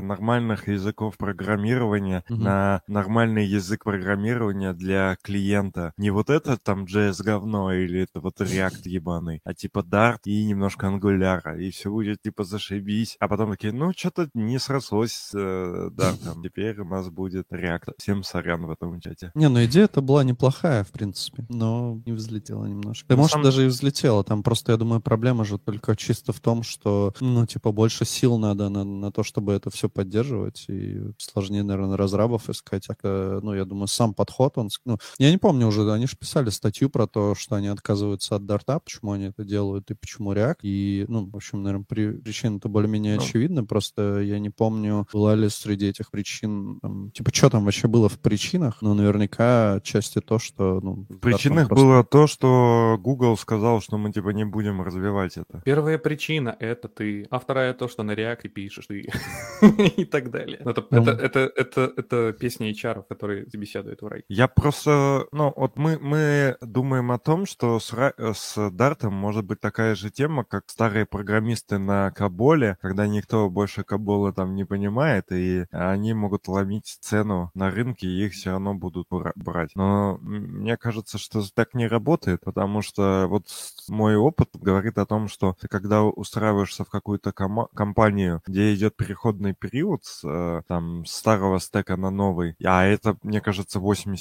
нормальных языков программирования Мгм. на нормальный язык программирования для клиента. Не вот это там JS говно или это вот React ебаный, а типа Dart и немножко Angular, и все будет типа зашибись. А потом такие, ну, что-то не срослось с Dart. Теперь у нас будет React. Всем сорян в этом чате. Не, ну идея-то была неплохая, в принципе, но не взлетела немножко. Да, На может, самом- даже и взлетела. Там просто, я думаю, проблема же только чисто в том, что, ну, типа, больше сил надо на то, чтобы это все поддерживать, и сложнее, наверное, разрабов искать. Ну, я думаю, сам подход, ну, я не помню уже, они же писали статью про то, что они отказываются от Дарта, почему они это делают и почему React. И, ну, в общем, наверное, причины-то более-менее Ну. очевидны, просто я не помню, была ли среди этих причин, там, типа, что там вообще было в причинах, но наверняка отчасти то, что, ну... В причинах было то, что Google сказал, что мы типа не будем развивать это. Первая причина — это ты, а вторая — то, что на React пишешь ты и так далее. Это песня HR, которые беседуют в Рай. Я просто, ну, вот мы думаем о том, что с Dart может быть такая же тема, как старые программисты на Каболе, когда никто больше Кабола там не понимает, и они могут ломить цену на рынке, и их все равно будут брать. Но мне кажется, что так не работает, потому что вот мой опыт говорит о том, что ты когда устраиваешься в какую-то компанию, где идет переходный период там старого стека на новый, а это, мне кажется,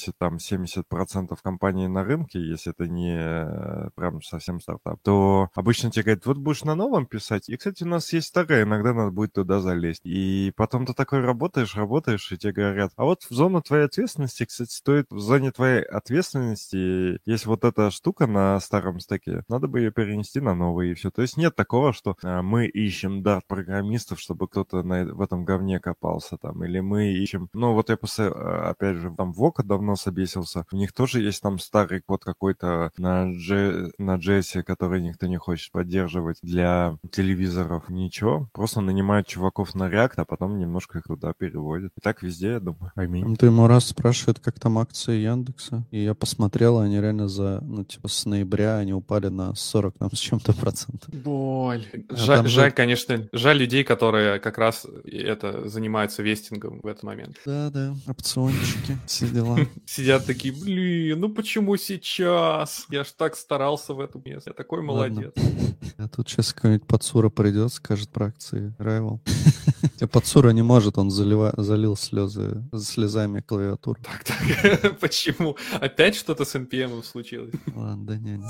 80-70% компаний на рынке, если это не прям совсем стартап, то обычно тебе говорят, вот будешь на новом писать, и, кстати, у нас есть старая, иногда надо будет туда залезть. И потом ты такой работаешь, и тебе говорят, а вот в зону твоей ответственности, кстати, в зоне твоей ответственности есть вот эта штука на старом стеке, надо бы ее перенести на новый, и все. То есть нет такого, что мы ищем Dart-программистов, чтобы кто-то в этом говне копался там, или мы ищем... Ну, вот я после, опять же, там Вока давно собесился, у них тоже есть там старый код какой-то на JS, который никто не хочет поддерживать для телевизоров. Ничего, просто нанимают чуваков на React, а потом немножко их туда переводят. И так везде, я думаю. Аминь. Ты ему раз спрашивает, как там акции Яндекса, и я посмотрел, они реально с ноября они упали на 40 там с чем-то процентов. Боль. там Жаль, конечно, жаль людей, которые как раз занимаются вестингом в этот момент. Да, опциончики, все дела. Сидят такие, блин, ну почему сейчас? Я ж так старался в этом месте. Я такой молодец. А тут сейчас какой-нибудь Пацура придет, скажет про акции Rival. Пацура не может, он залил слезами клавиатуру. Так, почему? Опять что-то с NPM случилось? Ладно, да не.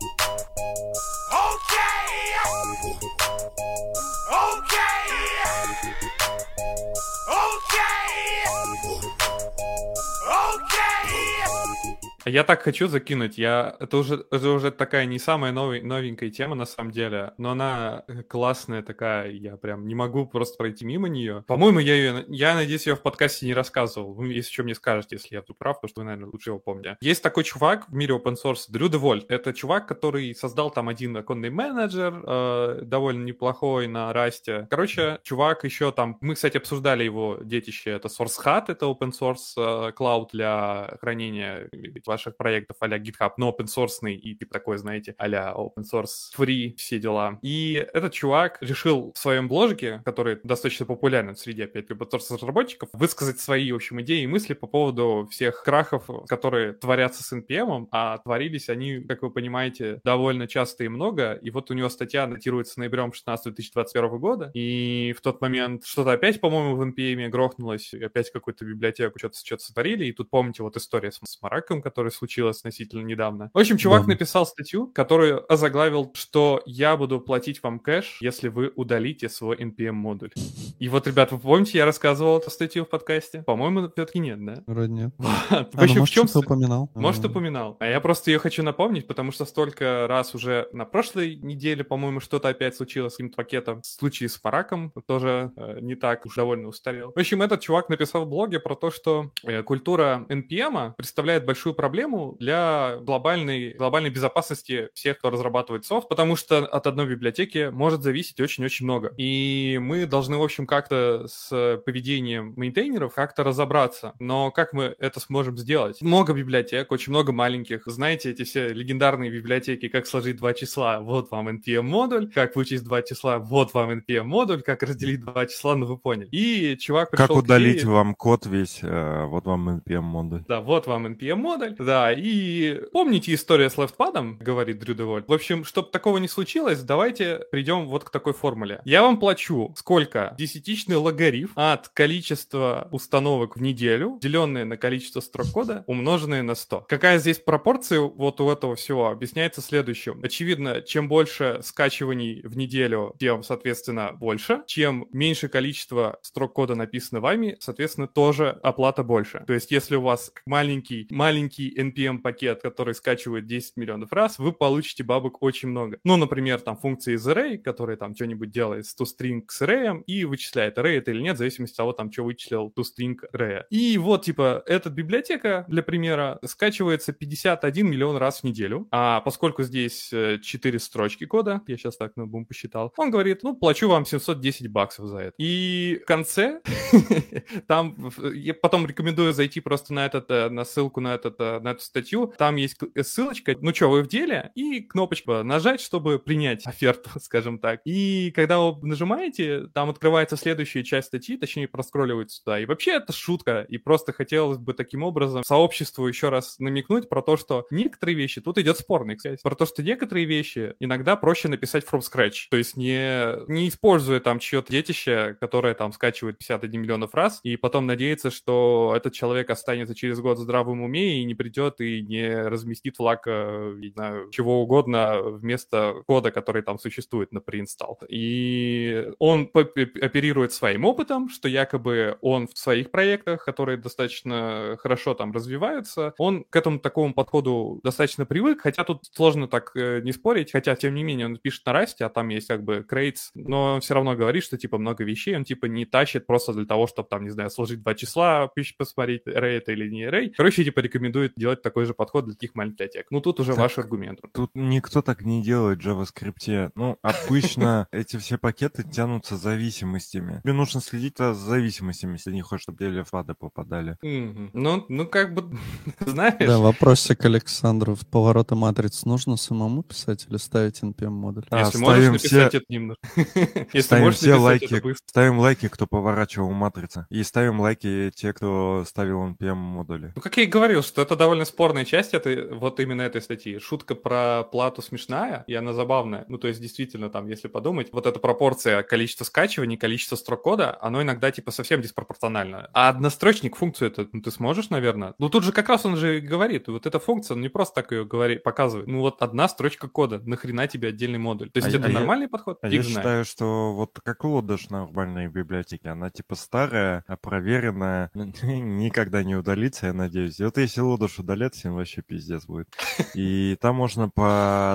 Я так хочу закинуть, это уже такая не самая новенькая тема на самом деле, но она классная такая, я прям не могу просто пройти мимо нее. По-моему, я надеюсь, ее в подкасте не рассказывал. Вы, если что, мне скажете, если я тут прав, потому что вы, наверное, лучше его помните. Есть такой чувак в мире open source, Дрю Девольт. Это чувак, который создал там один оконный менеджер, довольно неплохой на Расте. Короче, чувак еще там, мы, кстати, обсуждали его детище, это SourceHut, это open source cloud для хранения ваших проектов а-ля GitHub, но open-source и типа такой, знаете, а-ля open-source free, все дела. И этот чувак решил в своем бложике, который достаточно популярен среди, опять, open-source разработчиков, высказать свои, в общем, идеи и мысли по поводу всех крахов, которые творятся с NPM, а творились они, как вы понимаете, довольно часто и много. И вот у него статья датируется ноябрем 2021 года, и в тот момент что-то опять, по-моему, в NPM грохнулось, опять какую-то библиотеку что-то сотворили, и тут, помните, вот история с Мараком, которая случилась относительно недавно. В общем, чувак написал статью, которую озаглавил, что я буду платить вам кэш, если вы удалите свой NPM-модуль. И вот, ребят, вы помните, я рассказывал эту статью в подкасте? По-моему, все-таки нет, да? Вроде нет. В общем, в чем... упоминал. Может, упоминал. А я просто ее хочу напомнить, потому что столько раз уже на прошлой неделе, по-моему, что-то опять случилось с каким-то пакетом. В случае с Мараком тоже не так уж довольно устарел. В общем, этот чувак написал в блоге про то, что культура NPM представляет большую проблему проблему для глобальной безопасности всех, кто разрабатывает софт, потому что от одной библиотеки может зависеть очень-очень много. И мы должны, в общем, как-то с поведением мейнтейнеров как-то разобраться. Но как мы это сможем сделать? Много библиотек, очень много маленьких. Знаете, эти все легендарные библиотеки, как сложить два числа, вот вам NPM-модуль, как вычесть два числа, вот вам NPM-модуль, как разделить два числа, ну вы поняли. И чувак пришел Как удалить идее, вам код весь, вот вам NPM-модуль. да, вот вам NPM-модуль. Да, и помните историю с LeftPad, говорит Дрю Девольт. В общем, чтобы такого не случилось, давайте придем вот к такой формуле. Я вам плачу сколько? Десятичный логарифм от количества установок в неделю, деленное на количество строк кода, умноженное на 100. Какая здесь пропорция вот у этого всего? Объясняется следующим. Очевидно, чем больше скачиваний в неделю, тем, соответственно, больше. Чем меньше количество строк кода написано вами, соответственно, тоже оплата больше. То есть, если у вас маленький NPM-пакет, который скачивает 10 миллионов раз, вы получите бабок очень много. Ну, например, там функции из array, которые там что-нибудь делает с toString с array и вычисляет, array это или нет, в зависимости от того, там, что вычислил toString array. И вот, типа, эта библиотека, для примера, скачивается 51 миллион раз в неделю, а поскольку здесь 4 строчки кода, я сейчас так на бум посчитал, он говорит, ну, плачу вам $710 за это. И в конце там, я потом рекомендую зайти просто на ссылку на эту статью, там есть ссылочка, ну что, вы в деле, и кнопочка нажать, чтобы принять оферту, скажем так. И когда вы нажимаете, там открывается следующая часть статьи, точнее, проскролливается туда. И вообще это шутка, и просто хотелось бы таким образом сообществу еще раз намекнуть про то, что некоторые вещи, тут идет спорный, кстати, про то, что некоторые вещи иногда проще написать from scratch, то есть не используя там чье-то детище, которое там скачивает 51 миллионов раз, и потом надеяться, что этот человек останется через год в здравом уме и не придет и не разместит флаг, не знаю, чего угодно вместо кода, который там существует на pre-install. И он оперирует своим опытом, что якобы он в своих проектах, которые достаточно хорошо там развиваются, он к этому такому подходу достаточно привык, хотя тут сложно так не спорить, хотя, тем не менее, он пишет на Rust, а там есть как бы crates, но он все равно говорит, что типа много вещей он типа не тащит просто для того, чтобы там, не знаю, сложить два числа, посмотреть, array это или не array. Короче, типа рекомендует делать такой же подход для таких маленьких библиотек. Ну, тут уже Так, ваш аргумент. Тут никто так не делает в JavaScript. Ну, обычно эти все пакеты тянутся зависимостями. Тебе нужно следить за зависимостями, если не хочешь, чтобы тебе флады попадали. Ну, как бы, знаешь... Да, вопросик к Александру. В повороты матриц нужно самому писать или ставить NPM-модуль? Если можешь написать, это немного. Если можешь написать, это быстро. Ставим лайки, кто поворачивал матрицы. И ставим лайки те, кто ставил NPM-модули. Ну, как я и говорил, что это довольно спорная часть вот именно этой статьи. Шутка про плату смешная, и она забавная. Ну, то есть, действительно, там, если подумать, вот эта пропорция количества скачиваний, количества строк кода, оно иногда, типа, совсем диспропорционально. А однострочник функцию это, ну, ты сможешь, наверное? Ну, тут же как раз он же говорит, вот эта функция, он не просто так ее показывает. Ну, вот одна строчка кода, нахрена тебе отдельный модуль? То есть, это нормальный подход? Я считаю, что вот как Лодыш нормальной библиотеки, она, типа, старая, проверенная, никогда не удалится, я надеюсь. И вот если Лодыш удалят, всем вообще пиздец будет. И там можно по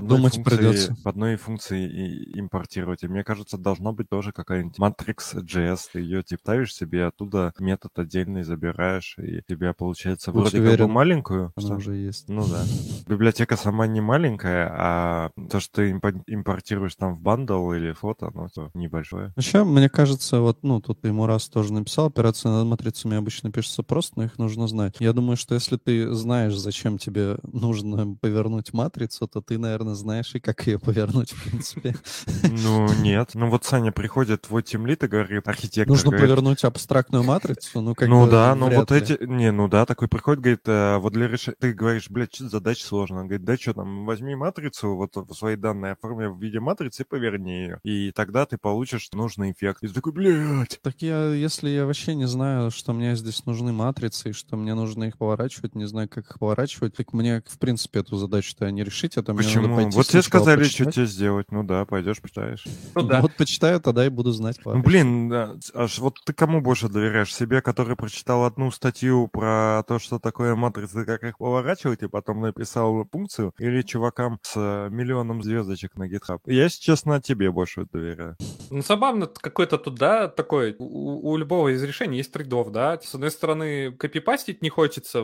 одной функции импортировать. И мне кажется, должно быть тоже какая-нибудь Matrix.js. Ты ее типа ставишь себе, оттуда метод отдельный забираешь, и у тебя получается вроде как бы маленькую. Она уже есть. Ну да. Библиотека сама не маленькая, а то, что ты импортируешь там в бандл или фото, оно небольшое. Еще, мне кажется, вот, ну, тут ему раз тоже написал, операции над матрицами обычно пишутся просто, но их нужно знать. Я думаю, что если ты знаешь, зачем тебе нужно повернуть матрицу, то ты, наверное, знаешь и как ее повернуть, в принципе. Ну, нет. Ну, вот Саня приходит, твой тимлид и говорит, архитектор... Нужно повернуть абстракtную матрицу? Ну, как бы, ну да, ну вот ли. эти... Не, ну да, такой приходит, говорит, вот для решения... Ты говоришь, блядь, что задача сложная. Он говорит, да что там, возьми матрицу, вот свои данные оформи в виде матрицы и поверни ее. И тогда ты получишь нужный эффект. И ты такой, блядь. Так если я вообще не знаю, что мне здесь нужны матрицы, и что мне нужно их поворачивать, не знаю, как их поворачивать, так мне, в принципе, эту задачу-то не решить. Это почему? Мне надо пойти вот тебе сказали, почитать. что тебе сделать. Ну да, пойдешь, почитаешь. Ну да. Вот почитаю, тогда и буду знать. Ну блин, аж вот ты кому больше доверяешь? Себе, который прочитал одну статью про то, что такое матрицы, как их поворачивать, и потом написал функцию, или чувакам с миллионом звездочек на GitHub? Я, если честно, тебе больше доверяю. Ну, забавно, какой-то тут, да, такой, у любого из решений есть трейд-офф, да, с одной стороны, копипастить не хочется вот это,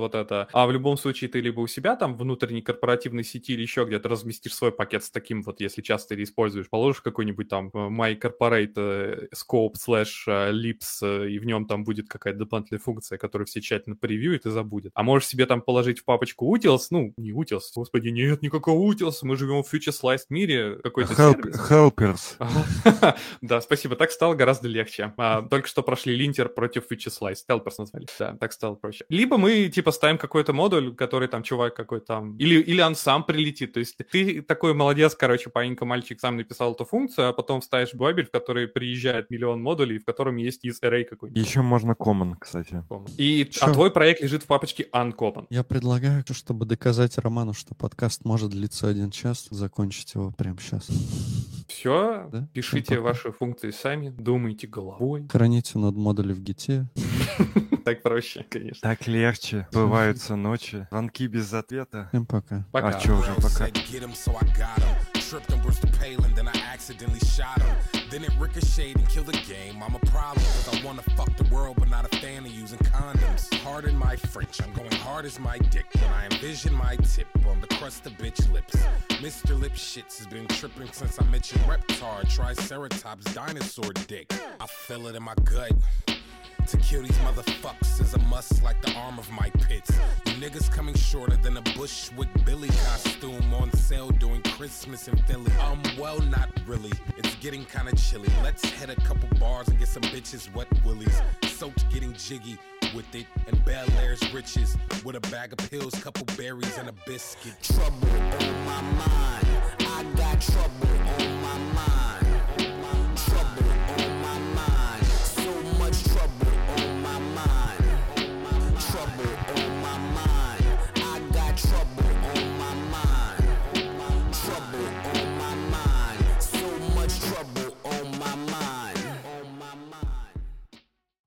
разница. А в любом случае ты либо у себя там внутренней корпоративной сети или еще где-то разместишь свой пакет с таким вот, если часто или используешь, положишь какой-нибудь там My Corporate Scope /Lips, и в нем там будет какая-то дополнительная функция, которую все тщательно превьюют и забудет. А можешь себе там положить в папочку Utils, ну, не Utils, господи, нет никакого Utils, мы живем в Future Sliced мире, какой-то сервис. Helpers. Да, спасибо, так стало гораздо легче. Только что прошли линтер против Future Sliced, Helpers назвали. Да, так стало проще. Либо мы, типа, ставим какой-то модуль, который там чувак какой-то там, или он сам прилетит, то есть ты такой молодец, короче, паинька мальчик сам написал эту функцию, а потом вставишь бабель, в который приезжает миллион модулей, в котором есть из array какой-нибудь. Еще можно common, кстати. А твой проект лежит в папочке uncommon. Я предлагаю, чтобы доказать Роману, что подкаст может длиться 1 час, закончить его прямо сейчас. Все, Да? пишите ваши функции сами, думайте головой. Храните нод модули в гите. Так проще, конечно. Так легче. Бываются ночи. Звонки без ответа. Всем пока. Пока. А что уже пока? Tripped on Bristol Palin, then I accidentally shot him. Then it ricocheted and killed the game. I'm a problem, cause I wanna fuck the world, but not a fan of using condoms. Pardon my French, I'm going hard as my dick when I envision my tip on the crust of bitch lips. Mr. Lip Shits has been tripping since I mentioned Reptar, Triceratops, dinosaur dick. I feel it in my gut. To kill these motherfuckers is a must like the arm of my pits. You niggas coming shorter than a Bushwick Billy costume on sale during Christmas in Philly. Well, not really. It's getting kinda chilly. Let's hit a couple bars and get some bitches wet willies. Soaked getting jiggy with it and Bel Air's riches. With a bag of pills, couple berries and a biscuit. Trouble on my mind. I got trouble on my mind.